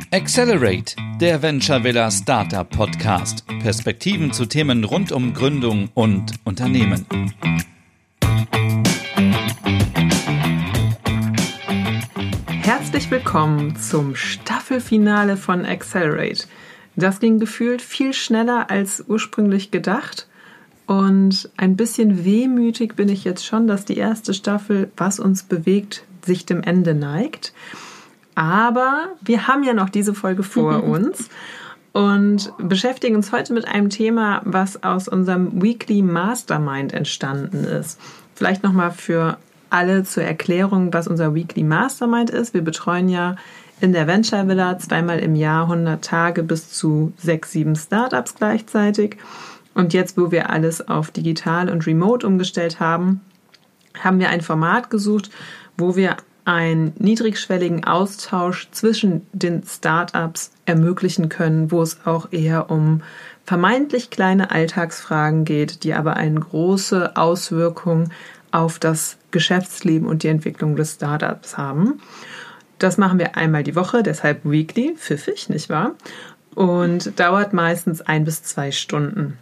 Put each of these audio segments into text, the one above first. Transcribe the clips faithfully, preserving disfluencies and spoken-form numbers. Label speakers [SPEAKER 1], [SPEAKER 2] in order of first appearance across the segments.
[SPEAKER 1] Accelerate, der Venture Villa Startup Podcast. Perspektiven zu Themen rund um Gründung und Unternehmen.
[SPEAKER 2] Herzlich willkommen zum Staffelfinale von Accelerate. Das ging gefühlt viel schneller als ursprünglich gedacht. Und ein bisschen wehmütig bin ich jetzt schon, dass die erste Staffel, was uns bewegt, sich dem Ende neigt. Aber wir haben ja noch diese Folge vor uns und beschäftigen uns heute mit einem Thema, was aus unserem Weekly Mastermind entstanden ist. Vielleicht nochmal für alle zur Erklärung, was unser Weekly Mastermind ist. Wir betreuen ja in der Venture Villa zweimal im Jahr hundert Tage bis zu sechs, sieben Startups gleichzeitig. Und jetzt, wo wir alles auf digital und remote umgestellt haben, haben wir ein Format gesucht, wo wir einen niedrigschwelligen Austausch zwischen den Startups ermöglichen können, wo es auch eher um vermeintlich kleine Alltagsfragen geht, die aber eine große Auswirkung auf das Geschäftsleben und die Entwicklung des Startups haben. Das machen wir einmal die Woche, deshalb weekly, pfiffig, nicht wahr? Und dauert meistens ein bis zwei Stunden.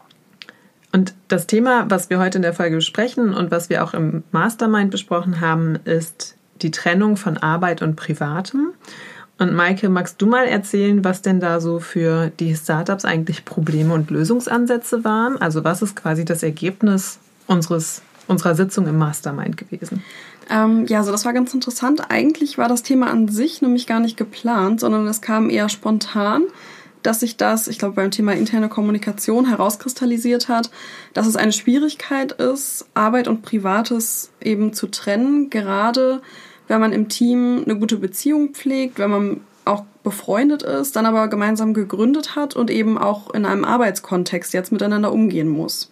[SPEAKER 2] Und das Thema, was wir heute in der Folge besprechen und was wir auch im Mastermind besprochen haben, ist die Trennung von Arbeit und Privatem. Und Maike, magst du mal erzählen, was denn da so für die Startups eigentlich Probleme und Lösungsansätze waren? Also was ist quasi das Ergebnis unseres, unserer Sitzung im Mastermind gewesen?
[SPEAKER 3] Ähm, ja, also das war ganz interessant. Eigentlich war das Thema an sich nämlich gar nicht geplant, sondern es kam eher spontan, dass sich das, ich glaube, beim Thema interne Kommunikation herauskristallisiert hat, dass es eine Schwierigkeit ist, Arbeit und Privates eben zu trennen, gerade wenn man im Team eine gute Beziehung pflegt, wenn man auch befreundet ist, dann aber gemeinsam gegründet hat und eben auch in einem Arbeitskontext jetzt miteinander umgehen muss.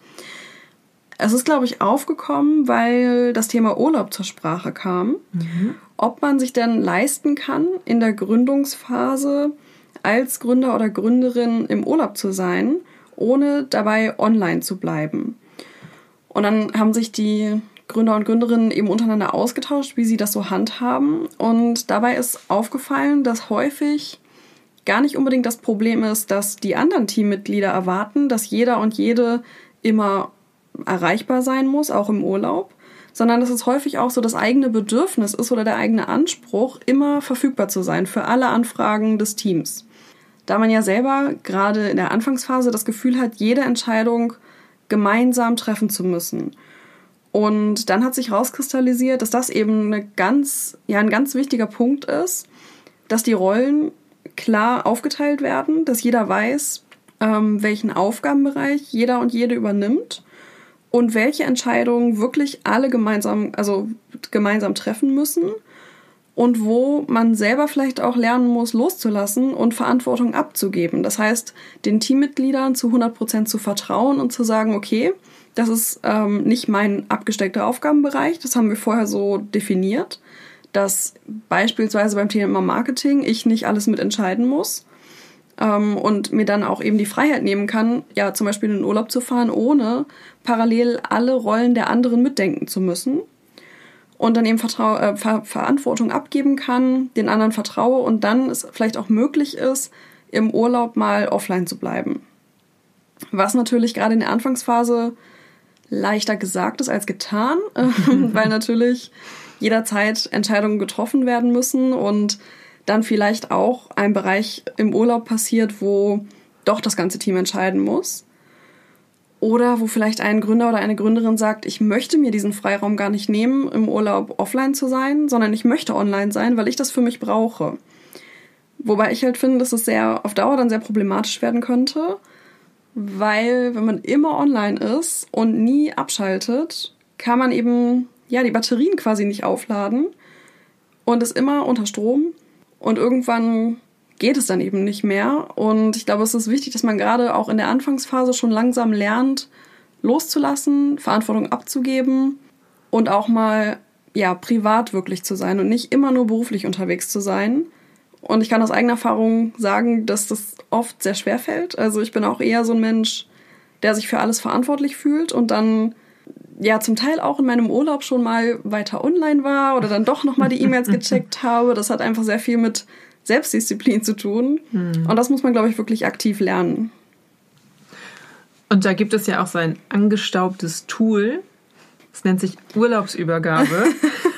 [SPEAKER 3] Es ist, glaube ich, aufgekommen, weil das Thema Urlaub zur Sprache kam, mhm. ob man sich denn leisten kann, in der Gründungsphase als Gründer oder Gründerin im Urlaub zu sein, ohne dabei online zu bleiben. Und dann haben sich die Gründer und Gründerinnen eben untereinander ausgetauscht, wie sie das so handhaben. Und dabei ist aufgefallen, dass häufig gar nicht unbedingt das Problem ist, dass die anderen Teammitglieder erwarten, dass jeder und jede immer erreichbar sein muss, auch im Urlaub, sondern dass es häufig auch so das eigene Bedürfnis ist oder der eigene Anspruch, immer verfügbar zu sein für alle Anfragen des Teams. Da man ja selber gerade in der Anfangsphase das Gefühl hat, jede Entscheidung gemeinsam treffen zu müssen. Und dann hat sich herauskristallisiert, dass das eben eine ganz, ja, ein ganz wichtiger Punkt ist, dass die Rollen klar aufgeteilt werden, dass jeder weiß, ähm, welchen Aufgabenbereich jeder und jede übernimmt und welche Entscheidungen wirklich alle gemeinsam, also gemeinsam treffen müssen und wo man selber vielleicht auch lernen muss, loszulassen und Verantwortung abzugeben. Das heißt, den Teammitgliedern zu hundert Prozent zu vertrauen und zu sagen, okay, das ist ähm, nicht mein abgesteckter Aufgabenbereich, das haben wir vorher so definiert, dass beispielsweise beim Thema Marketing ich nicht alles mitentscheiden muss ähm, und mir dann auch eben die Freiheit nehmen kann, ja zum Beispiel in den Urlaub zu fahren, ohne parallel alle Rollen der anderen mitdenken zu müssen und dann eben Vertrau- äh, Ver- Verantwortung abgeben kann, den anderen vertraue und dann es vielleicht auch möglich ist, im Urlaub mal offline zu bleiben. Was natürlich gerade in der Anfangsphase leichter gesagt ist als getan, weil natürlich jederzeit Entscheidungen getroffen werden müssen und dann vielleicht auch ein Bereich im Urlaub passiert, wo doch das ganze Team entscheiden muss. Oder wo vielleicht ein Gründer oder eine Gründerin sagt, ich möchte mir diesen Freiraum gar nicht nehmen, im Urlaub offline zu sein, sondern ich möchte online sein, weil ich das für mich brauche. Wobei ich halt finde, dass es sehr auf Dauer dann sehr problematisch werden könnte, weil wenn man immer online ist und nie abschaltet, kann man eben ja die Batterien quasi nicht aufladen und ist immer unter Strom und irgendwann geht es dann eben nicht mehr. Und ich glaube, es ist wichtig, dass man gerade auch in der Anfangsphase schon langsam lernt, loszulassen, Verantwortung abzugeben und auch mal ja privat wirklich zu sein und nicht immer nur beruflich unterwegs zu sein. Und ich kann aus eigener Erfahrung sagen, dass das oft sehr schwer fällt. Also ich bin auch eher so ein Mensch, der sich für alles verantwortlich fühlt und dann ja zum Teil auch in meinem Urlaub schon mal weiter online war oder dann doch nochmal die E-Mails gecheckt habe. Das hat einfach sehr viel mit Selbstdisziplin zu tun. Hm. Und das muss man, glaube ich, wirklich aktiv lernen.
[SPEAKER 2] Und da gibt es ja auch so ein angestaubtes Tool. Das nennt sich Urlaubsübergabe.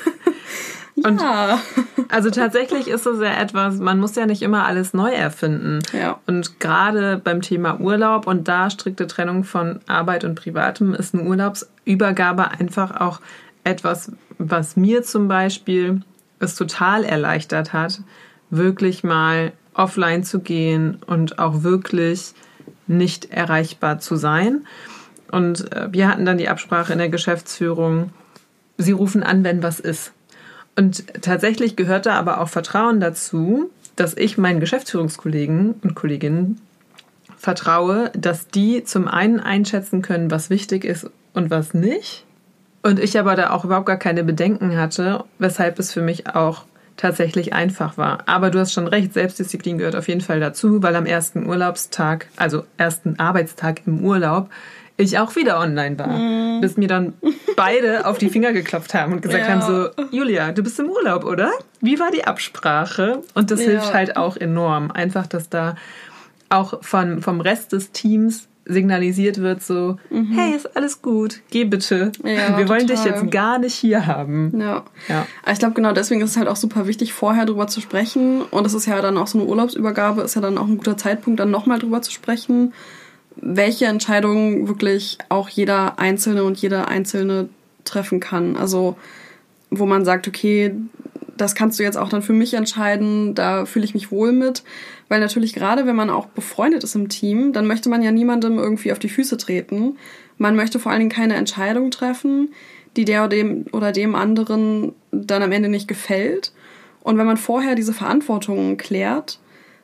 [SPEAKER 2] Und
[SPEAKER 3] ja.
[SPEAKER 2] Also tatsächlich ist es ja etwas, man muss ja nicht immer alles neu erfinden.
[SPEAKER 3] Ja.
[SPEAKER 2] Und gerade beim Thema Urlaub und da strikte Trennung von Arbeit und Privatem ist eine Urlaubsübergabe einfach auch etwas, was mir zum Beispiel es total erleichtert hat, wirklich mal offline zu gehen und auch wirklich nicht erreichbar zu sein. Und wir hatten dann die Absprache in der Geschäftsführung, sie rufen an, wenn was ist. Und tatsächlich gehört da aber auch Vertrauen dazu, dass ich meinen Geschäftsführungskollegen und Kolleginnen vertraue, dass die zum einen einschätzen können, was wichtig ist und was nicht. Und ich aber da auch überhaupt gar keine Bedenken hatte, weshalb es für mich auch tatsächlich einfach war. Aber du hast schon recht, Selbstdisziplin gehört auf jeden Fall dazu, weil am ersten Urlaubstag, also ersten Arbeitstag im Urlaub, ich auch wieder online war, mm. bis mir dann beide auf die Finger geklopft haben und gesagt ja. haben so, Julia, du bist im Urlaub, oder? Wie war die Absprache? Und das ja. hilft halt auch enorm. Einfach, dass da auch von, vom Rest des Teams signalisiert wird so, mhm. hey, ist alles gut, geh bitte. Ja, wir wollen total. dich jetzt gar nicht hier haben.
[SPEAKER 3] Ja. ja. Ich glaube, genau deswegen ist es halt auch super wichtig, vorher drüber zu sprechen. Und es ist ja dann auch so eine Urlaubsübergabe, ist ja dann auch ein guter Zeitpunkt, dann nochmal drüber zu sprechen, welche Entscheidungen wirklich auch jeder Einzelne und jede Einzelne treffen kann. Also wo man sagt, okay, das kannst du jetzt auch dann für mich entscheiden, da fühle ich mich wohl mit. Weil natürlich gerade, wenn man auch befreundet ist im Team, dann möchte man ja niemandem irgendwie auf die Füße treten. Man möchte vor allen Dingen keine Entscheidung treffen, die der oder dem, oder dem anderen dann am Ende nicht gefällt. Und wenn man vorher diese Verantwortung klärt,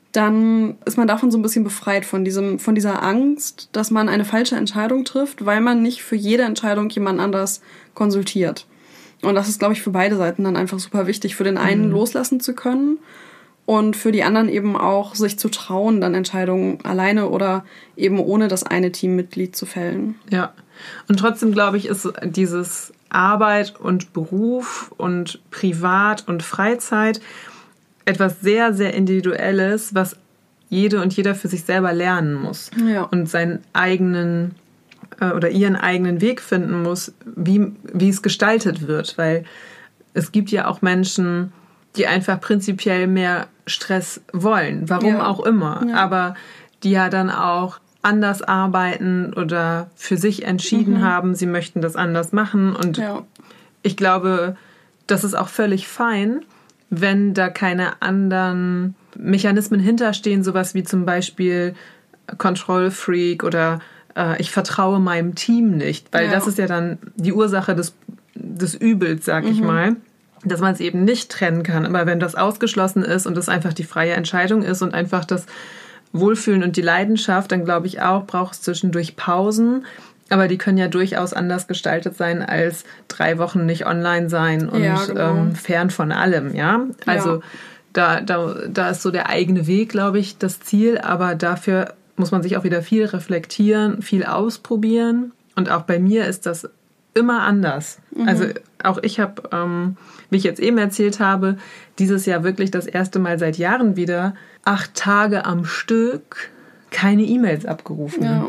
[SPEAKER 3] dann ist man davon so ein bisschen befreit von diesem, von dieser Angst, dass man eine falsche Entscheidung trifft, weil man nicht für jede Entscheidung jemand anders konsultiert. Und das ist, glaube ich, für beide Seiten dann einfach super wichtig, für den einen mhm. loslassen zu können und für die anderen eben auch sich zu trauen, dann Entscheidungen alleine oder eben ohne das eine Teammitglied zu fällen.
[SPEAKER 2] Ja, und trotzdem, glaube ich, ist dieses Arbeit und Beruf und Privat und Freizeit etwas sehr, sehr Individuelles, was jede und jeder für sich selber lernen muss.
[SPEAKER 3] Ja.
[SPEAKER 2] Und seinen eigenen äh, oder ihren eigenen Weg finden muss, wie, wie es gestaltet wird. Weil es gibt ja auch Menschen, die einfach prinzipiell mehr Stress wollen. Warum ja. auch immer. Ja. Aber die ja dann auch anders arbeiten oder für sich entschieden mhm. haben, sie möchten das anders machen. Und
[SPEAKER 3] ja.
[SPEAKER 2] ich glaube, das ist auch völlig fein, wenn da keine anderen Mechanismen hinterstehen, sowas wie zum Beispiel Control Freak oder äh, ich vertraue meinem Team nicht, weil ja. das ist ja dann die Ursache des, des Übels, sag mhm. ich mal, dass man es eben nicht trennen kann. Aber wenn das ausgeschlossen ist und es einfach die freie Entscheidung ist und einfach das Wohlfühlen und die Leidenschaft, dann glaube ich auch, braucht es zwischendurch Pausen. Aber die können ja durchaus anders gestaltet sein als drei Wochen nicht online sein und
[SPEAKER 3] ja, genau.
[SPEAKER 2] ähm, fern von allem, ja. Also ja. Da, da, da ist so der eigene Weg, glaube ich, das Ziel. Aber dafür muss man sich auch wieder viel reflektieren, viel ausprobieren. Und auch bei mir ist das immer anders. Mhm. Also auch ich habe, ähm, wie ich jetzt eben erzählt habe, dieses Jahr wirklich das erste Mal seit Jahren wieder acht Tage am Stück keine E-Mails abgerufen.
[SPEAKER 3] Ja.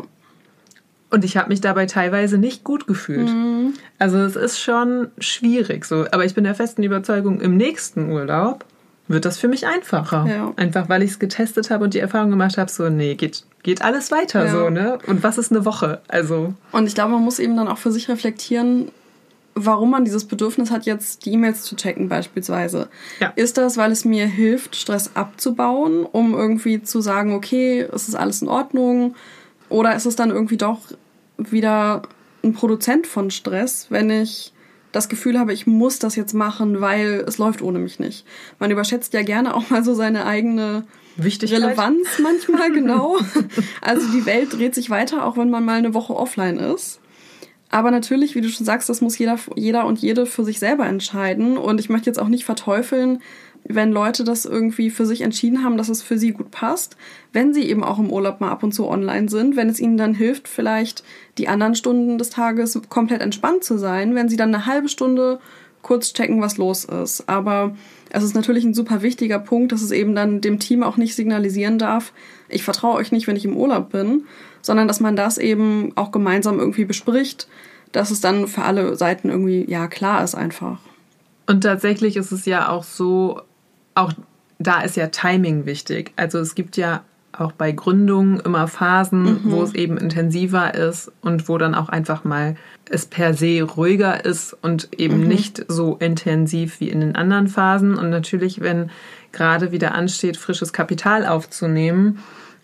[SPEAKER 2] Und ich habe mich dabei teilweise nicht gut gefühlt. Mhm. Also es ist schon schwierig so. Aber ich bin der festen Überzeugung, im nächsten Urlaub wird das für mich einfacher.
[SPEAKER 3] Ja.
[SPEAKER 2] Einfach, weil ich es getestet habe und die Erfahrung gemacht habe, so, nee, geht, geht alles weiter
[SPEAKER 3] ja.
[SPEAKER 2] so, ne? Und was ist eine Woche? Also.
[SPEAKER 3] Und ich glaube, man muss eben dann auch für sich reflektieren, warum man dieses Bedürfnis hat, jetzt die E-Mails zu checken beispielsweise.
[SPEAKER 2] Ja.
[SPEAKER 3] Ist das, weil es mir hilft, Stress abzubauen, um irgendwie zu sagen, okay, es ist alles in Ordnung? Oder ist es dann irgendwie doch wieder ein Produzent von Stress, wenn ich das Gefühl habe, ich muss das jetzt machen, weil es läuft ohne mich nicht. Man überschätzt ja gerne auch mal so seine eigene
[SPEAKER 2] Wichtigkeit.
[SPEAKER 3] Relevanz manchmal, genau. Also die Welt dreht sich weiter, auch wenn man mal eine Woche offline ist. Aber natürlich, wie du schon sagst, das muss jeder, jeder und jede für sich selber entscheiden. Und ich möchte jetzt auch nicht verteufeln, wenn Leute das irgendwie für sich entschieden haben, dass es für sie gut passt, wenn sie eben auch im Urlaub mal ab und zu online sind, wenn es ihnen dann hilft, vielleicht die anderen Stunden des Tages komplett entspannt zu sein, wenn sie dann eine halbe Stunde kurz checken, was los ist. Aber es ist natürlich ein super wichtiger Punkt, dass es eben dann dem Team auch nicht signalisieren darf, ich vertraue euch nicht, wenn ich im Urlaub bin, sondern dass man das eben auch gemeinsam irgendwie bespricht, dass es dann für alle Seiten irgendwie, ja, klar ist einfach.
[SPEAKER 2] Und tatsächlich ist es ja auch so, auch da ist ja Timing wichtig. Also es gibt ja auch bei Gründungen immer Phasen, mhm. wo es eben intensiver ist und wo dann auch einfach mal es per se ruhiger ist und eben mhm. nicht so intensiv wie in den anderen Phasen. Und natürlich, wenn gerade wieder ansteht, frisches Kapital aufzunehmen,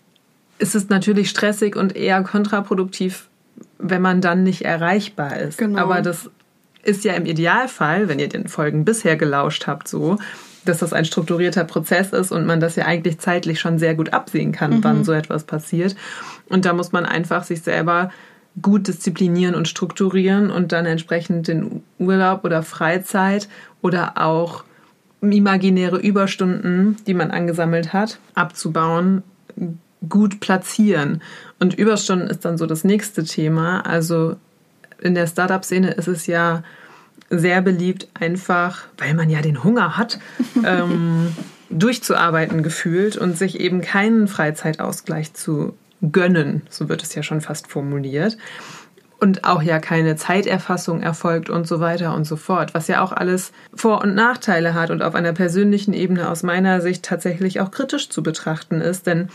[SPEAKER 2] ist es natürlich stressig und eher kontraproduktiv, wenn man dann nicht erreichbar ist.
[SPEAKER 3] Genau.
[SPEAKER 2] Aber das ist ja im Idealfall, wenn ihr den Folgen bisher gelauscht habt, so, dass das ein strukturierter Prozess ist und man das ja eigentlich zeitlich schon sehr gut absehen kann, mhm. wann so etwas passiert. Und da muss man einfach sich selber gut disziplinieren und strukturieren und dann entsprechend den Urlaub oder Freizeit oder auch imaginäre Überstunden, die man angesammelt hat, abzubauen, gut platzieren. Und Überstunden ist dann so das nächste Thema. Also in der Startup-Szene ist es ja sehr beliebt, einfach, weil man ja den Hunger hat, ähm, durchzuarbeiten gefühlt und sich eben keinen Freizeitausgleich zu gönnen, so wird es ja schon fast formuliert. Und auch ja keine Zeiterfassung erfolgt und so weiter und so fort, was ja auch alles Vor- und Nachteile hat und auf einer persönlichen Ebene aus meiner Sicht tatsächlich auch kritisch zu betrachten ist. Denn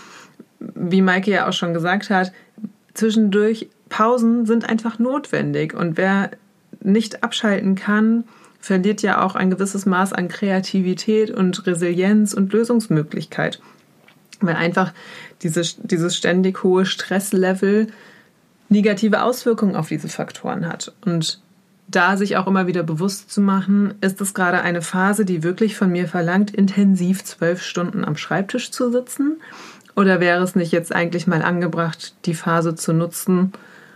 [SPEAKER 2] wie Maike ja auch schon gesagt hat, zwischendurch Pausen sind einfach notwendig. Und wer nicht abschalten kann, verliert ja auch ein gewisses Maß an Kreativität und Resilienz und Lösungsmöglichkeit. Weil einfach dieses, dieses ständig hohe Stresslevel negative Auswirkungen auf diese Faktoren hat. Und da sich auch immer wieder bewusst zu machen, ist es gerade eine Phase, die wirklich von mir verlangt, intensiv zwölf Stunden am Schreibtisch zu sitzen? Oder wäre es nicht jetzt eigentlich mal angebracht, die Phase zu nutzen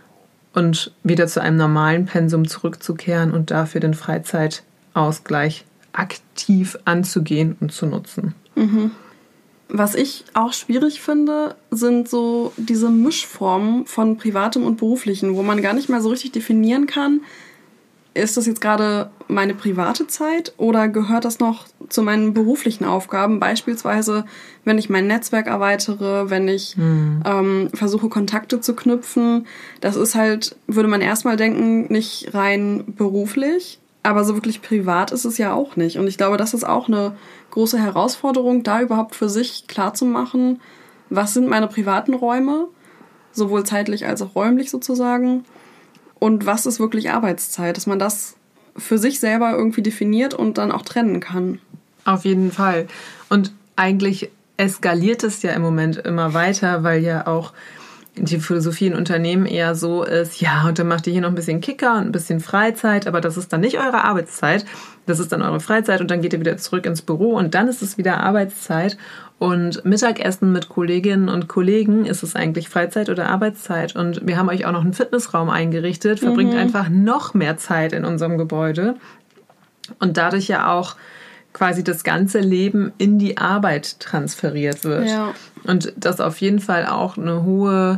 [SPEAKER 2] und wieder zu einem normalen Pensum zurückzukehren und dafür den Freizeitausgleich aktiv anzugehen und zu nutzen?
[SPEAKER 3] Mhm. Was ich auch schwierig finde, sind so diese Mischformen von Privatem und Beruflichen, wo man gar nicht mehr so richtig definieren kann, ist das jetzt gerade meine private Zeit oder gehört das noch zu meinen beruflichen Aufgaben? Beispielsweise, wenn ich mein Netzwerk erweitere, wenn ich mhm. ähm, versuche, Kontakte zu knüpfen. Das ist halt, würde man erstmal denken, nicht rein beruflich, aber so wirklich privat ist es ja auch nicht. Und ich glaube, das ist auch eine große Herausforderung, da überhaupt für sich klarzumachen, was sind meine privaten Räume, sowohl zeitlich als auch räumlich sozusagen, und was ist wirklich Arbeitszeit, dass man das für sich selber irgendwie definiert und dann auch trennen kann.
[SPEAKER 2] Auf jeden Fall. Und eigentlich eskaliert es ja im Moment immer weiter, weil ja auch die Philosophie in Unternehmen eher so ist, ja, und dann macht ihr hier noch ein bisschen Kicker und ein bisschen Freizeit, aber das ist dann nicht eure Arbeitszeit, das ist dann eure Freizeit und dann geht ihr wieder zurück ins Büro und dann ist es wieder Arbeitszeit. Und Mittagessen mit Kolleginnen und Kollegen, ist es eigentlich Freizeit oder Arbeitszeit? Und wir haben euch auch noch einen Fitnessraum eingerichtet, verbringt mhm. einfach noch mehr Zeit in unserem Gebäude und dadurch ja auch quasi das ganze Leben in die Arbeit transferiert wird.
[SPEAKER 3] Ja.
[SPEAKER 2] Und das auf jeden Fall auch eine hohe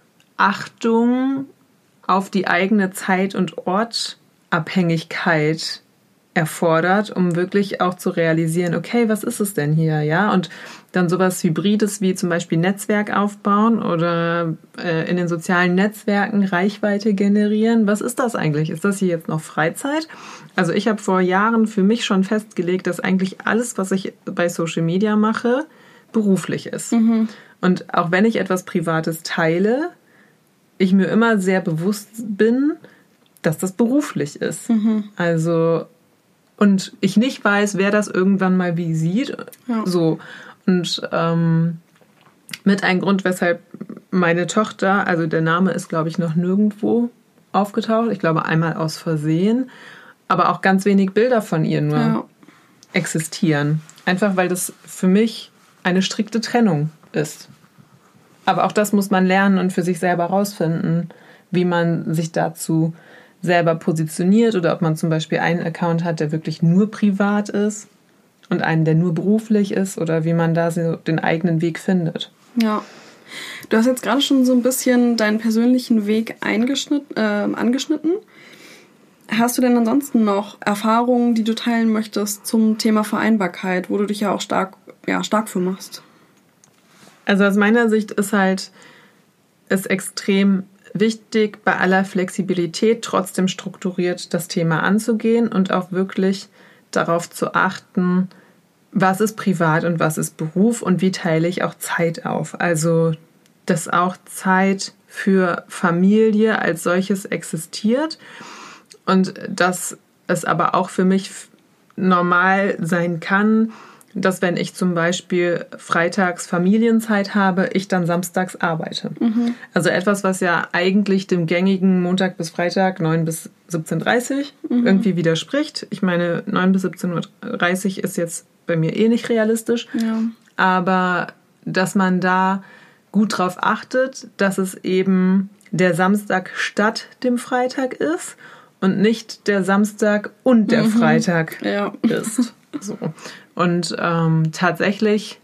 [SPEAKER 2] Achtung auf die eigene Zeit- und Ortabhängigkeit erfordert, um wirklich auch zu realisieren, okay, was ist es denn hier, ja? Und dann sowas Hybrides wie zum Beispiel Netzwerk aufbauen oder äh, in den sozialen Netzwerken Reichweite generieren. Was ist das eigentlich? Ist das hier jetzt noch Freizeit? Also ich habe vor Jahren für mich schon festgelegt, dass eigentlich alles, was ich bei Social Media mache, beruflich ist. Mhm. Und auch wenn ich etwas Privates teile, ich mir immer sehr bewusst bin, dass das beruflich ist. Mhm. Also und ich nicht weiß, wer das irgendwann mal wie sieht. Ja. So. Und ähm, mit einem Grund, weshalb meine Tochter, also der Name ist, glaube ich, noch nirgendwo aufgetaucht. Ich glaube, einmal aus Versehen. Aber auch ganz wenig Bilder von ihr nur ja. existieren. Einfach, weil das für mich eine strikte Trennung ist. Aber auch das muss man lernen und für sich selber rausfinden, wie man sich dazu selber positioniert oder ob man zum Beispiel einen Account hat, der wirklich nur privat ist und einen, der nur beruflich ist oder wie man da so den eigenen Weg findet.
[SPEAKER 3] Ja. Du hast jetzt gerade schon so ein bisschen deinen persönlichen Weg eingeschnitten, äh, angeschnitten. Hast du denn ansonsten noch Erfahrungen, die du teilen möchtest zum Thema Vereinbarkeit, wo du dich ja auch stark, ja, stark für machst?
[SPEAKER 2] Also aus meiner Sicht ist halt ist extrem wichtig, bei aller Flexibilität trotzdem strukturiert das Thema anzugehen und auch wirklich darauf zu achten, was ist privat und was ist Beruf und wie teile ich auch Zeit auf. Also, dass auch Zeit für Familie als solches existiert und dass es aber auch für mich normal sein kann, dass wenn ich zum Beispiel freitags Familienzeit habe, ich dann samstags arbeite. Mhm. Also etwas, was ja eigentlich dem gängigen Montag bis Freitag neun bis siebzehn Uhr dreißig mhm. irgendwie widerspricht. Ich meine, neun bis siebzehn Uhr dreißig ist jetzt bei mir eh nicht realistisch. Ja. Aber dass man da gut drauf achtet, dass es eben der Samstag statt dem Freitag ist und nicht der Samstag und der mhm. Freitag ja. ist. So. Und ähm, tatsächlich,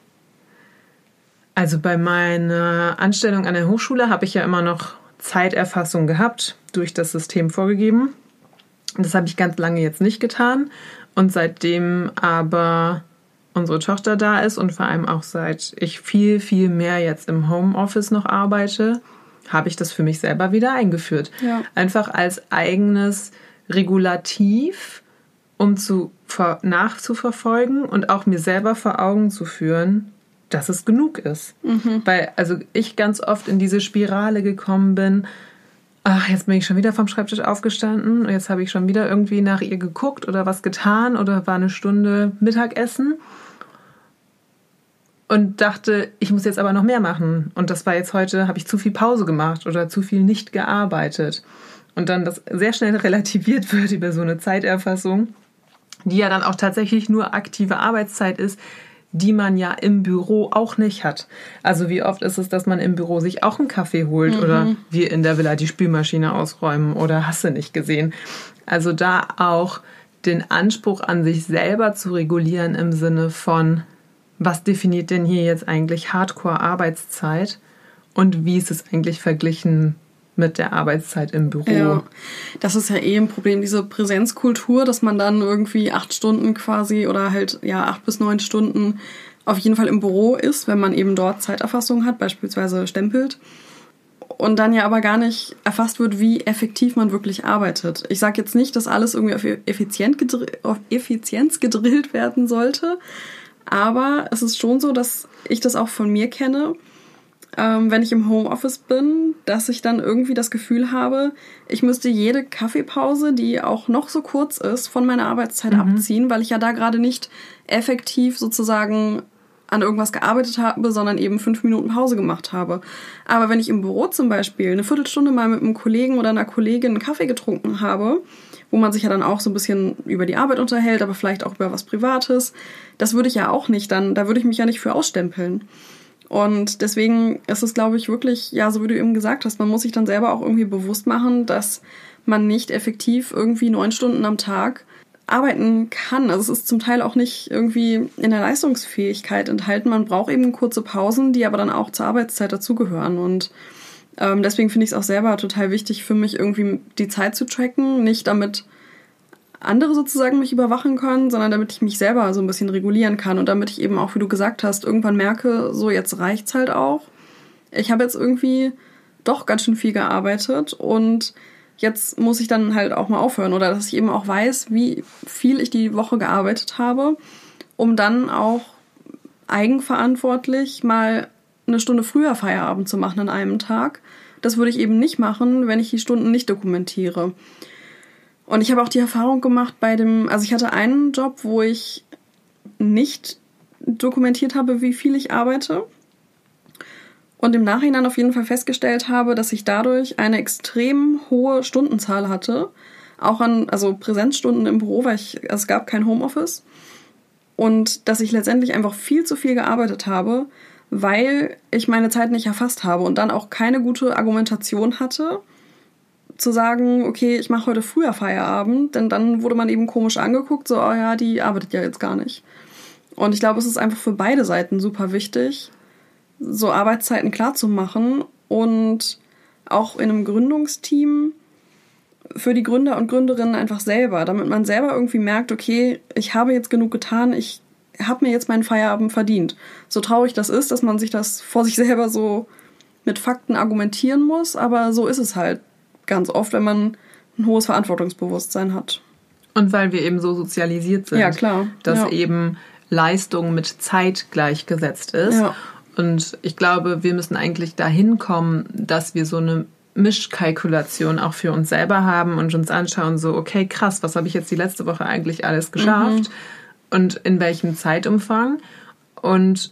[SPEAKER 2] also bei meiner Anstellung an der Hochschule habe ich ja immer noch Zeiterfassung gehabt, durch das System vorgegeben. Das habe ich ganz lange jetzt nicht getan. Und seitdem aber unsere Tochter da ist und vor allem auch seit ich viel, viel mehr jetzt im Homeoffice noch arbeite, habe ich das für mich selber wieder eingeführt. Ja. Einfach als eigenes Regulativ, um zu nachzuverfolgen und auch mir selber vor Augen zu führen, dass es genug ist. Mhm. Weil also ich ganz oft in diese Spirale gekommen bin, ach, jetzt bin ich schon wieder vom Schreibtisch aufgestanden und jetzt habe ich schon wieder irgendwie nach ihr geguckt oder was getan oder war eine Stunde Mittagessen und dachte, ich muss jetzt aber noch mehr machen. Und das war jetzt heute, habe ich zu viel Pause gemacht oder zu viel nicht gearbeitet. Und dann das sehr schnell relativiert wird über so eine Zeiterfassung, die ja dann auch tatsächlich nur aktive Arbeitszeit ist, die man ja im Büro auch nicht hat. Also wie oft ist es, dass man im Büro sich auch einen Kaffee holt mhm. oder wir in der Villa die Spülmaschine ausräumen oder hast du nicht gesehen. Also da auch den Anspruch an sich selber zu regulieren im Sinne von, was definiert denn hier jetzt eigentlich Hardcore-Arbeitszeit und wie ist es eigentlich verglichen mit der Arbeitszeit im Büro.
[SPEAKER 3] Ja, das ist ja eh ein Problem, diese Präsenzkultur, dass man dann irgendwie acht Stunden quasi oder halt ja acht bis neun Stunden auf jeden Fall im Büro ist, wenn man eben dort Zeiterfassung hat, beispielsweise stempelt. Und dann ja aber gar nicht erfasst wird, wie effektiv man wirklich arbeitet. Ich sage jetzt nicht, dass alles irgendwie auf, effizient gedr- auf Effizienz gedrillt werden sollte, aber es ist schon so, dass ich das auch von mir kenne, Ähm, wenn ich im Homeoffice bin, dass ich dann irgendwie das Gefühl habe, ich müsste jede Kaffeepause, die auch noch so kurz ist, von meiner Arbeitszeit mhm. abziehen, weil ich ja da gerade nicht effektiv sozusagen an irgendwas gearbeitet habe, sondern eben fünf Minuten Pause gemacht habe. Aber wenn ich im Büro zum Beispiel eine Viertelstunde mal mit einem Kollegen oder einer Kollegin einen Kaffee getrunken habe, wo man sich ja dann auch so ein bisschen über die Arbeit unterhält, aber vielleicht auch über was Privates, das würde ich ja auch nicht dann, da würde ich mich ja nicht für ausstempeln. Und deswegen ist es, glaube ich, wirklich, ja, so wie du eben gesagt hast, man muss sich dann selber auch irgendwie bewusst machen, dass man nicht effektiv irgendwie neun Stunden am Tag arbeiten kann. Also es ist zum Teil auch nicht irgendwie in der Leistungsfähigkeit enthalten. Man braucht eben kurze Pausen, die aber dann auch zur Arbeitszeit dazugehören. Und ähm, deswegen finde ich es auch selber total wichtig für mich, irgendwie die Zeit zu tracken. Nicht damit andere sozusagen mich überwachen können, sondern damit ich mich selber so ein bisschen regulieren kann und damit ich eben auch, wie du gesagt hast, irgendwann merke, so jetzt reicht's halt auch. Ich habe jetzt irgendwie doch ganz schön viel gearbeitet und jetzt muss ich dann halt auch mal aufhören oder dass ich eben auch weiß, wie viel ich die Woche gearbeitet habe, um dann auch eigenverantwortlich mal eine Stunde früher Feierabend zu machen an einem Tag. Das würde ich eben nicht machen, wenn ich die Stunden nicht dokumentiere. Und ich habe auch die Erfahrung gemacht bei dem, also ich hatte einen Job, wo ich nicht dokumentiert habe, wie viel ich arbeite. Und im Nachhinein auf jeden Fall festgestellt habe, dass ich dadurch eine extrem hohe Stundenzahl hatte. Auch an, also Präsenzstunden im Büro, weil ich, es gab kein Homeoffice. Und dass ich letztendlich einfach viel zu viel gearbeitet habe, weil ich meine Zeit nicht erfasst habe und dann auch keine gute Argumentation hatte, zu sagen, okay, ich mache heute früher Feierabend, denn dann wurde man eben komisch angeguckt, so, oh ja, die arbeitet ja jetzt gar nicht. Und ich glaube, es ist einfach für beide Seiten super wichtig, so Arbeitszeiten klar zu machen und auch in einem Gründungsteam für die Gründer und Gründerinnen einfach selber, damit man selber irgendwie merkt, okay, ich habe jetzt genug getan, ich habe mir jetzt meinen Feierabend verdient. So traurig das ist, dass man sich das vor sich selber so mit Fakten argumentieren muss, aber so ist es halt ganz oft, wenn man ein hohes Verantwortungsbewusstsein hat.
[SPEAKER 2] Und weil wir eben so sozialisiert sind,
[SPEAKER 3] ja, klar.
[SPEAKER 2] dass
[SPEAKER 3] ja.
[SPEAKER 2] eben Leistung mit Zeit gleichgesetzt ist.
[SPEAKER 3] Ja.
[SPEAKER 2] Und ich glaube, wir müssen eigentlich dahin kommen, dass wir so eine Mischkalkulation auch für uns selber haben und uns anschauen, so, okay, krass, was habe ich jetzt die letzte Woche eigentlich alles geschafft? Mhm. Und in welchem Zeitumfang? Und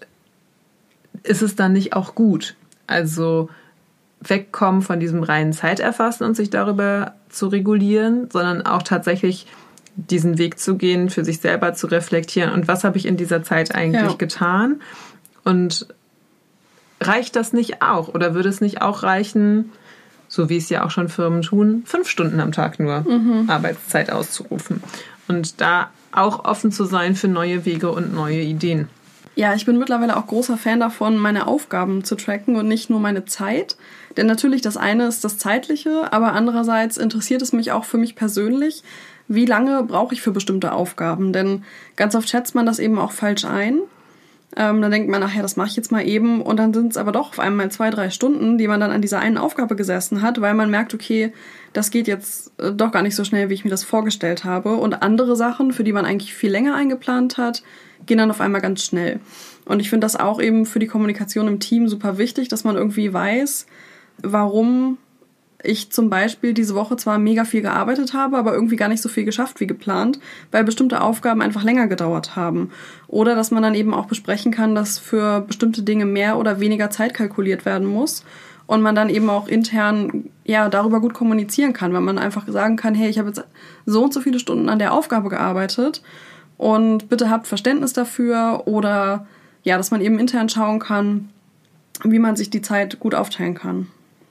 [SPEAKER 2] ist es dann nicht auch gut? Also wegkommen von diesem reinen Zeiterfassen und sich darüber zu regulieren, sondern auch tatsächlich diesen Weg zu gehen, für sich selber zu reflektieren. Und was habe ich in dieser Zeit eigentlich ja. getan? Und reicht das nicht auch? Oder würde es nicht auch reichen, so wie es ja auch schon Firmen tun, fünf Stunden am Tag nur mhm. Arbeitszeit auszurufen? Und da auch offen zu sein für neue Wege und neue Ideen.
[SPEAKER 3] Ja, ich bin mittlerweile auch großer Fan davon, meine Aufgaben zu tracken und nicht nur meine Zeit. Denn natürlich, das eine ist das Zeitliche, aber andererseits interessiert es mich auch für mich persönlich, wie lange brauche ich für bestimmte Aufgaben. Denn ganz oft schätzt man das eben auch falsch ein. Ähm, dann denkt man, ach ja, das mache ich jetzt mal eben. Und dann sind es aber doch auf einmal zwei, drei Stunden, die man dann an dieser einen Aufgabe gesessen hat, weil man merkt, okay, das geht jetzt äh, doch gar nicht so schnell, wie ich mir das vorgestellt habe. Und andere Sachen, für die man eigentlich viel länger eingeplant hat, gehen dann auf einmal ganz schnell. Und ich finde das auch eben für die Kommunikation im Team super wichtig, dass man irgendwie weiß, warum ich zum Beispiel diese Woche zwar mega viel gearbeitet habe, aber irgendwie gar nicht so viel geschafft wie geplant, weil bestimmte Aufgaben einfach länger gedauert haben. Oder dass man dann eben auch besprechen kann, dass für bestimmte Dinge mehr oder weniger Zeit kalkuliert werden muss und man dann eben auch intern ja darüber gut kommunizieren kann, weil man einfach sagen kann, hey, ich habe jetzt so und so viele Stunden an der Aufgabe gearbeitet und bitte habt Verständnis dafür, oder ja, dass man eben intern schauen kann, wie man sich die Zeit gut aufteilen kann.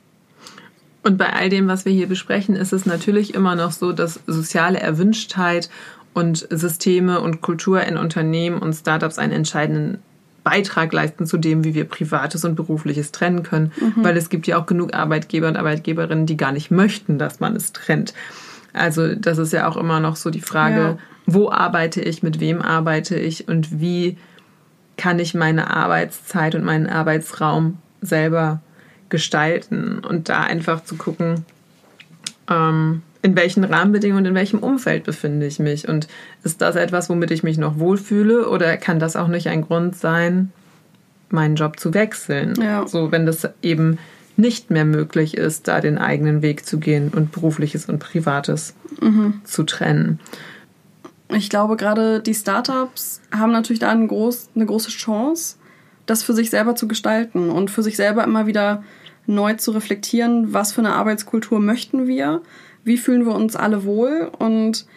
[SPEAKER 2] Und bei all dem, was wir hier besprechen, ist es natürlich immer noch so, dass soziale Erwünschtheit und Systeme und Kultur in Unternehmen und Startups einen entscheidenden Beitrag leisten zu dem, wie wir Privates und Berufliches trennen können. Mhm. Weil es gibt ja auch genug Arbeitgeber und Arbeitgeberinnen, die gar nicht möchten, dass man es trennt. Also das ist ja auch immer noch so die Frage, ja. Wo arbeite ich, mit wem arbeite ich und wie kann ich meine Arbeitszeit und meinen Arbeitsraum selber gestalten, und da einfach zu gucken, ähm, in welchen Rahmenbedingungen und in welchem Umfeld befinde ich mich, und ist das etwas, womit ich mich noch wohlfühle, oder kann das auch nicht ein Grund sein, meinen Job zu wechseln?
[SPEAKER 3] Ja.
[SPEAKER 2] So, wenn das eben nicht mehr möglich ist, da den eigenen Weg zu gehen und Berufliches und Privates mhm. zu trennen.
[SPEAKER 3] Ich glaube, gerade die Startups haben natürlich da eine, groß, eine große Chance, das für sich selber zu gestalten und für sich selber immer wieder neu zu reflektieren, was für eine Arbeitskultur möchten wir, wie fühlen wir uns alle wohl. Und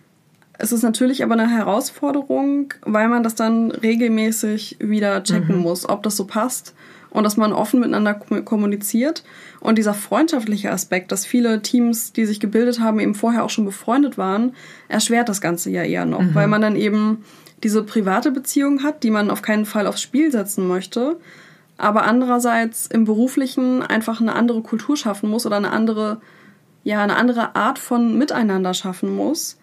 [SPEAKER 3] es ist natürlich aber eine Herausforderung, weil man das dann regelmäßig wieder checken mhm. muss, ob das so passt, und dass man offen miteinander kommuniziert. Und dieser freundschaftliche Aspekt, dass viele Teams, die sich gebildet haben, eben vorher auch schon befreundet waren, erschwert das Ganze ja eher noch, mhm. weil man dann eben diese private Beziehung hat, die man auf keinen Fall aufs Spiel setzen möchte, aber andererseits im Beruflichen einfach eine andere Kultur schaffen muss oder eine andere, ja, eine andere Art von Miteinander schaffen muss,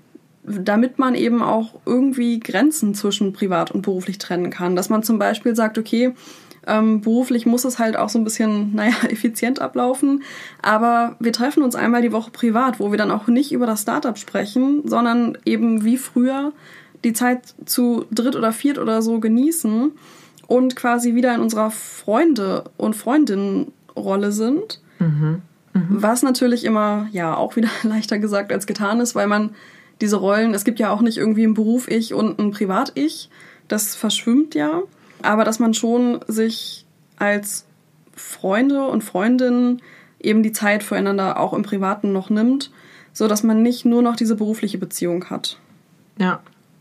[SPEAKER 3] damit man eben auch irgendwie Grenzen zwischen privat und beruflich trennen kann. Dass man zum Beispiel sagt, okay, ähm, beruflich muss es halt auch so ein bisschen, naja, effizient ablaufen, aber wir treffen uns einmal die Woche privat, wo wir dann auch nicht über das Startup sprechen, sondern eben wie früher die Zeit zu dritt oder viert oder so genießen und quasi wieder in unserer Freunde- und Freundinnenrolle sind. Mhm. Mhm. Was natürlich immer, ja, auch wieder leichter gesagt als getan ist, weil man diese Rollen, es gibt ja auch nicht irgendwie ein Beruf-Ich und ein Privat-Ich, das verschwimmt ja. Aber dass man schon sich als Freunde und Freundinnen eben die Zeit füreinander auch im Privaten noch nimmt, so dass man nicht nur noch diese berufliche Beziehung hat.
[SPEAKER 2] Ja.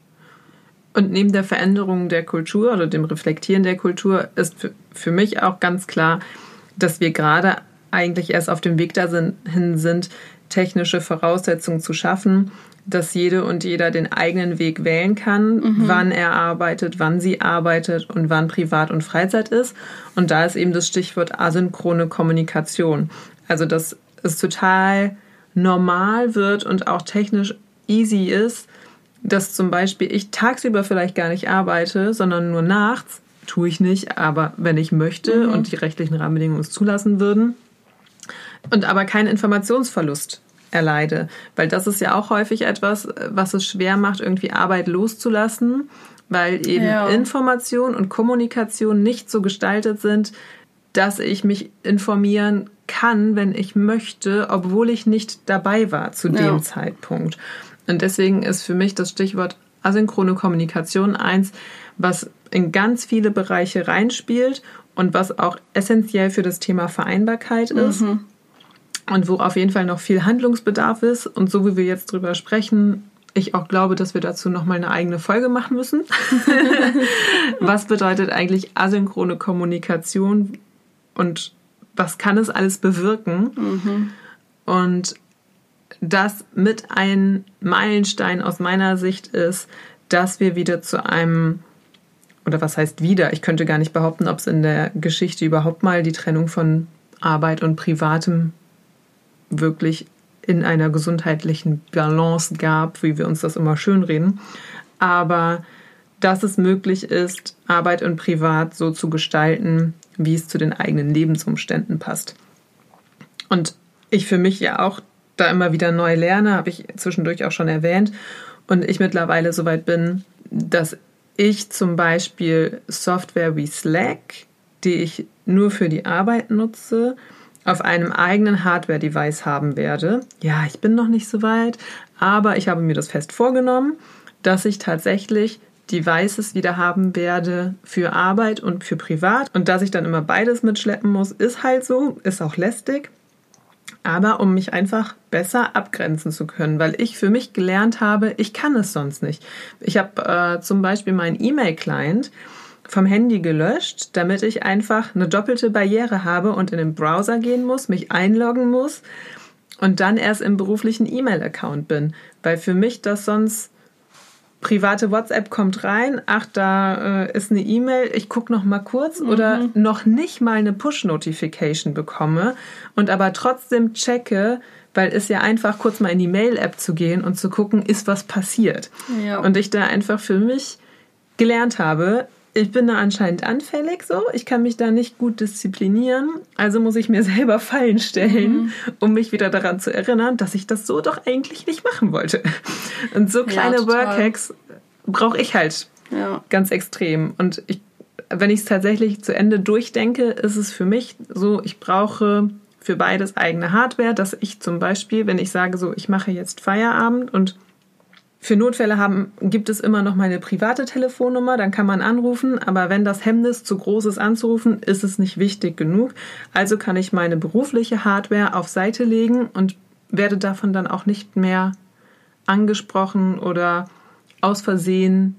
[SPEAKER 2] Und neben der Veränderung der Kultur oder dem Reflektieren der Kultur ist für, für mich auch ganz klar, dass wir gerade eigentlich erst auf dem Weg dahin sind, technische Voraussetzungen zu schaffen, dass jede und jeder den eigenen Weg wählen kann, mhm. wann er arbeitet, wann sie arbeitet und wann Privat und Freizeit ist. Und da ist eben das Stichwort asynchrone Kommunikation. Also dass es total normal wird und auch technisch easy ist, dass zum Beispiel ich tagsüber vielleicht gar nicht arbeite, sondern nur nachts. Tue ich nicht, aber wenn ich möchte mhm. und die rechtlichen Rahmenbedingungen es zulassen würden. Und aber keinen Informationsverlust erleide. Weil das ist ja auch häufig etwas, was es schwer macht, irgendwie Arbeit loszulassen, weil eben ja. Information und Kommunikation nicht so gestaltet sind, dass ich mich informieren kann, wenn ich möchte, obwohl ich nicht dabei war zu dem ja. Zeitpunkt. Und deswegen ist für mich das Stichwort asynchrone Kommunikation eins, was in ganz viele Bereiche reinspielt und was auch essentiell für das Thema Vereinbarkeit ist. Mhm. Und wo auf jeden Fall noch viel Handlungsbedarf ist. Und so wie wir jetzt drüber sprechen, ich auch glaube, dass wir dazu nochmal eine eigene Folge machen müssen. Was bedeutet eigentlich asynchrone Kommunikation und was kann es alles bewirken? Mhm. Und das mit ein Meilenstein aus meiner Sicht ist, dass wir wieder zu einem, oder was heißt wieder? Ich könnte gar nicht behaupten, ob es in der Geschichte überhaupt mal die Trennung von Arbeit und Privatem wirklich in einer gesundheitlichen Balance gab, wie wir uns das immer schönreden. Aber dass es möglich ist, Arbeit und Privat so zu gestalten, wie es zu den eigenen Lebensumständen passt. Und ich für mich ja auch da immer wieder neu lerne, habe ich zwischendurch auch schon erwähnt, und ich mittlerweile soweit bin, dass ich zum Beispiel Software wie Slack, die ich nur für die Arbeit nutze, auf einem eigenen Hardware-Device haben werde. Ja, ich bin noch nicht so weit, aber ich habe mir das fest vorgenommen, dass ich tatsächlich Devices wieder haben werde für Arbeit und für Privat. Und dass ich dann immer beides mitschleppen muss, ist halt so, ist auch lästig. Aber um mich einfach besser abgrenzen zu können, weil ich für mich gelernt habe, ich kann es sonst nicht. Ich habe äh, zum Beispiel meinen E-Mail-Client vom Handy gelöscht, damit ich einfach eine doppelte Barriere habe und in den Browser gehen muss, mich einloggen muss und dann erst im beruflichen E-Mail-Account bin. Weil für mich das sonst private WhatsApp kommt rein, ach, da äh, ist eine E-Mail, ich gucke noch mal kurz mhm. oder noch nicht mal eine Push-Notification bekomme und aber trotzdem checke, weil es ja einfach kurz mal in die Mail-App zu gehen und zu gucken, ist was passiert. Ja. Und ich da einfach für mich gelernt habe, ich bin da anscheinend anfällig, so. Ich kann mich da nicht gut disziplinieren. Also muss ich mir selber Fallen stellen, mhm. um mich wieder daran zu erinnern, dass ich das so doch eigentlich nicht machen wollte. Und so kleine ja, Workhacks brauche ich halt ja. ganz extrem. Und ich, wenn ich es tatsächlich zu Ende durchdenke, ist es für mich so, ich brauche für beides eigene Hardware, dass ich zum Beispiel, wenn ich sage so, ich mache jetzt Feierabend und für Notfälle haben, gibt es immer noch meine private Telefonnummer, dann kann man anrufen, aber wenn das Hemmnis zu groß ist anzurufen, ist es nicht wichtig genug. Also kann ich meine berufliche Hardware auf Seite legen und werde davon dann auch nicht mehr angesprochen oder aus Versehen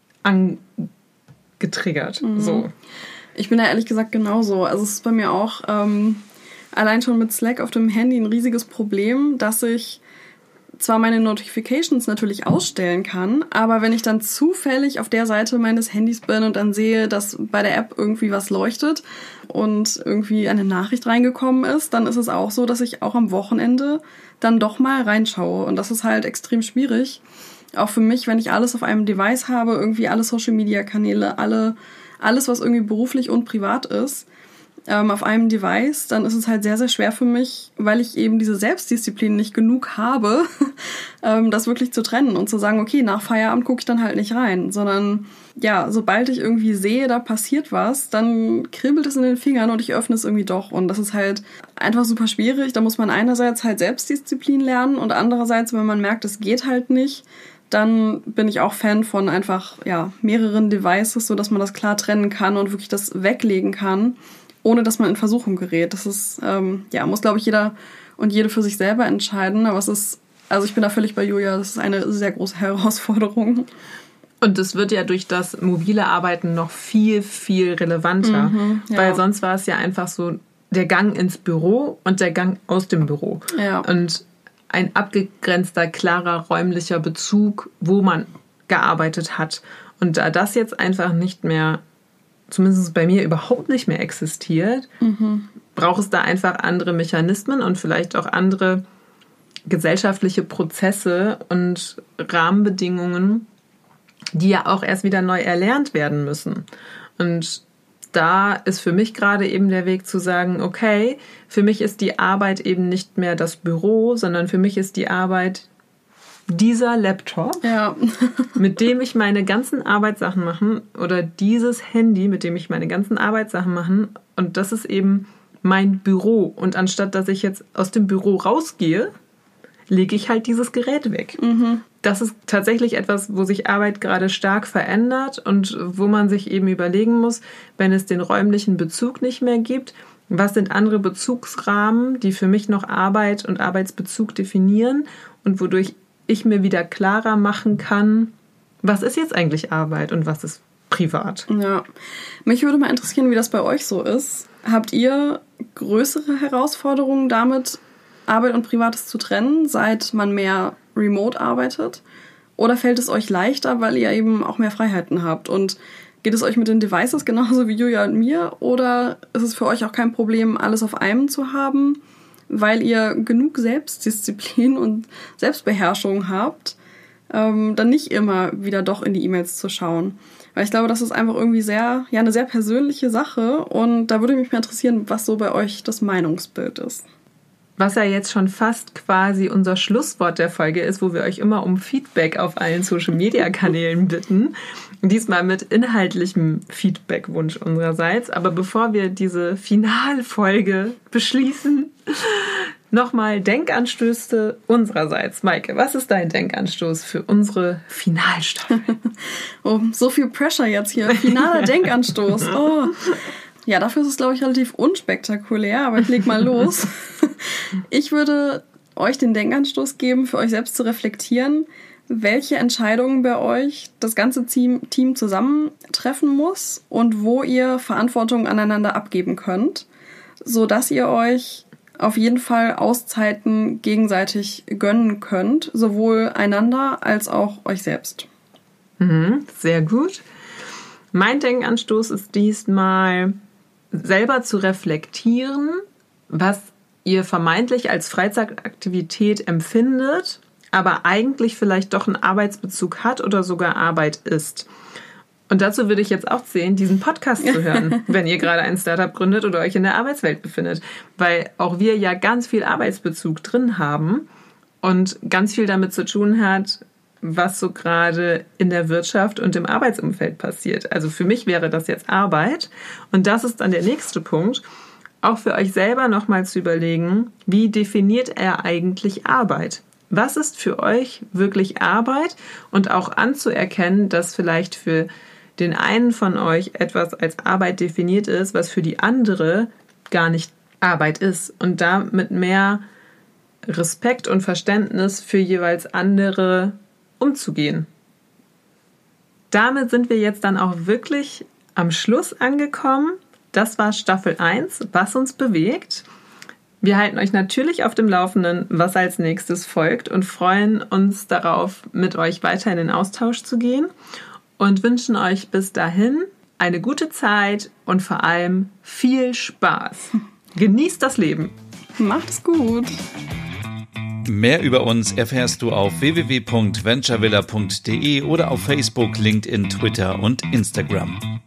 [SPEAKER 2] angetriggert. Mhm. So.
[SPEAKER 3] Ich bin da ehrlich gesagt genauso. Also es ist bei mir auch ähm, allein schon mit Slack auf dem Handy ein riesiges Problem, dass ich zwar meine Notifications natürlich ausstellen kann, aber wenn ich dann zufällig auf der Seite meines Handys bin und dann sehe, dass bei der App irgendwie was leuchtet und irgendwie eine Nachricht reingekommen ist, dann ist es auch so, dass ich auch am Wochenende dann doch mal reinschaue. Und das ist halt extrem schwierig. Auch für mich, wenn ich alles auf einem Device habe, irgendwie alle Social-Media-Kanäle, alle, alles, was irgendwie beruflich und privat ist, Ähm, auf einem Device, dann ist es halt sehr, sehr schwer für mich, weil ich eben diese Selbstdisziplin nicht genug habe, ähm, das wirklich zu trennen und zu sagen, okay, nach Feierabend gucke ich dann halt nicht rein, sondern ja, sobald ich irgendwie sehe, da passiert was, dann kribbelt es in den Fingern und ich öffne es irgendwie doch und das ist halt einfach super schwierig. Da muss man einerseits halt Selbstdisziplin lernen und andererseits, wenn man merkt, es geht halt nicht, dann bin ich auch Fan von einfach ja mehreren Devices, so dass man das klar trennen kann und wirklich das weglegen kann, ohne dass man in Versuchung gerät. Das ist, ähm, ja, muss, glaube ich, jeder und jede für sich selber entscheiden. Aber es ist, also ich bin da völlig bei Julia, das ist eine sehr große Herausforderung.
[SPEAKER 2] Und das wird ja durch das mobile Arbeiten noch viel, viel relevanter. Mhm, ja. Weil sonst war es ja einfach so der Gang ins Büro und der Gang aus dem Büro.
[SPEAKER 3] Ja.
[SPEAKER 2] Und ein abgegrenzter, klarer räumlicher Bezug, wo man gearbeitet hat. Und da das jetzt einfach nicht mehr, zumindest bei mir überhaupt nicht mehr existiert, mhm. braucht es da einfach andere Mechanismen und vielleicht auch andere gesellschaftliche Prozesse und Rahmenbedingungen, die ja auch erst wieder neu erlernt werden müssen. Und da ist für mich gerade eben der Weg zu sagen, okay, für mich ist die Arbeit eben nicht mehr das Büro, sondern für mich ist die Arbeit dieser Laptop,
[SPEAKER 3] ja.
[SPEAKER 2] mit dem ich meine ganzen Arbeitssachen mache, oder dieses Handy, mit dem ich meine ganzen Arbeitssachen mache. Und das ist eben mein Büro. Und anstatt, dass ich jetzt aus dem Büro rausgehe, lege ich halt dieses Gerät weg. Mhm. Das ist tatsächlich etwas, wo sich Arbeit gerade stark verändert und wo man sich eben überlegen muss, wenn es den räumlichen Bezug nicht mehr gibt, was sind andere Bezugsrahmen, die für mich noch Arbeit und Arbeitsbezug definieren und wodurch ich mir wieder klarer machen kann, was ist jetzt eigentlich Arbeit und was ist privat.
[SPEAKER 3] Ja, mich würde mal interessieren, wie das bei euch so ist. Habt ihr größere Herausforderungen damit, Arbeit und Privates zu trennen, seit man mehr remote arbeitet? Oder fällt es euch leichter, weil ihr eben auch mehr Freiheiten habt? Und geht es euch mit den Devices genauso wie Julia und mir? Oder ist es für euch auch kein Problem, alles auf einem zu haben, weil ihr genug Selbstdisziplin und Selbstbeherrschung habt, ähm, dann nicht immer wieder doch in die E-Mails zu schauen? Weil ich glaube, das ist einfach irgendwie sehr, ja, eine sehr persönliche Sache. Und da würde mich mal interessieren, was so bei euch das Meinungsbild ist.
[SPEAKER 2] Was ja jetzt schon fast quasi unser Schlusswort der Folge ist, wo wir euch immer um Feedback auf allen Social-Media-Kanälen bitten. Diesmal mit inhaltlichem Feedback-Wunsch unsererseits. Aber bevor wir diese Finalfolge beschließen, nochmal Denkanstöße unsererseits. Maike, was ist dein Denkanstoß für unsere Finalstaffel?
[SPEAKER 3] Oh, so viel Pressure jetzt hier. Finaler Denkanstoß. Oh. Ja, dafür ist es, glaube ich, relativ unspektakulär, aber ich leg mal los. Ich würde euch den Denkanstoß geben, für euch selbst zu reflektieren, welche Entscheidungen bei euch das ganze Team, Team zusammen treffen muss und wo ihr Verantwortung aneinander abgeben könnt, sodass ihr euch auf jeden Fall Auszeiten gegenseitig gönnen könnt, sowohl einander als auch euch selbst.
[SPEAKER 2] Mhm, sehr gut. Mein Denkanstoß ist diesmal, selber zu reflektieren, was ihr vermeintlich als Freizeitaktivität empfindet, aber eigentlich vielleicht doch einen Arbeitsbezug hat oder sogar Arbeit ist. Und dazu würde ich jetzt auch zählen, diesen Podcast zu hören, wenn ihr gerade ein Startup gründet oder euch in der Arbeitswelt befindet. Weil auch wir ja ganz viel Arbeitsbezug drin haben und ganz viel damit zu tun hat, was so gerade in der Wirtschaft und im Arbeitsumfeld passiert. Also für mich wäre das jetzt Arbeit. Und das ist dann der nächste Punkt, auch für euch selber nochmal zu überlegen, wie definiert er eigentlich Arbeit? Was ist für euch wirklich Arbeit? Und auch anzuerkennen, dass vielleicht für den einen von euch etwas als Arbeit definiert ist, was für die andere gar nicht Arbeit ist. Und da mit mehr Respekt und Verständnis für jeweils andere umzugehen. Damit sind wir jetzt dann auch wirklich am Schluss angekommen. Das war Staffel eins, was uns bewegt. Wir halten euch natürlich auf dem Laufenden, was als nächstes folgt und freuen uns darauf, mit euch weiter in den Austausch zu gehen und wünschen euch bis dahin eine gute Zeit und vor allem viel Spaß. Genießt das Leben.
[SPEAKER 3] Macht's gut.
[SPEAKER 1] Mehr über uns erfährst du auf w w w punkt venturevilla punkt d e oder auf Facebook, LinkedIn, Twitter und Instagram.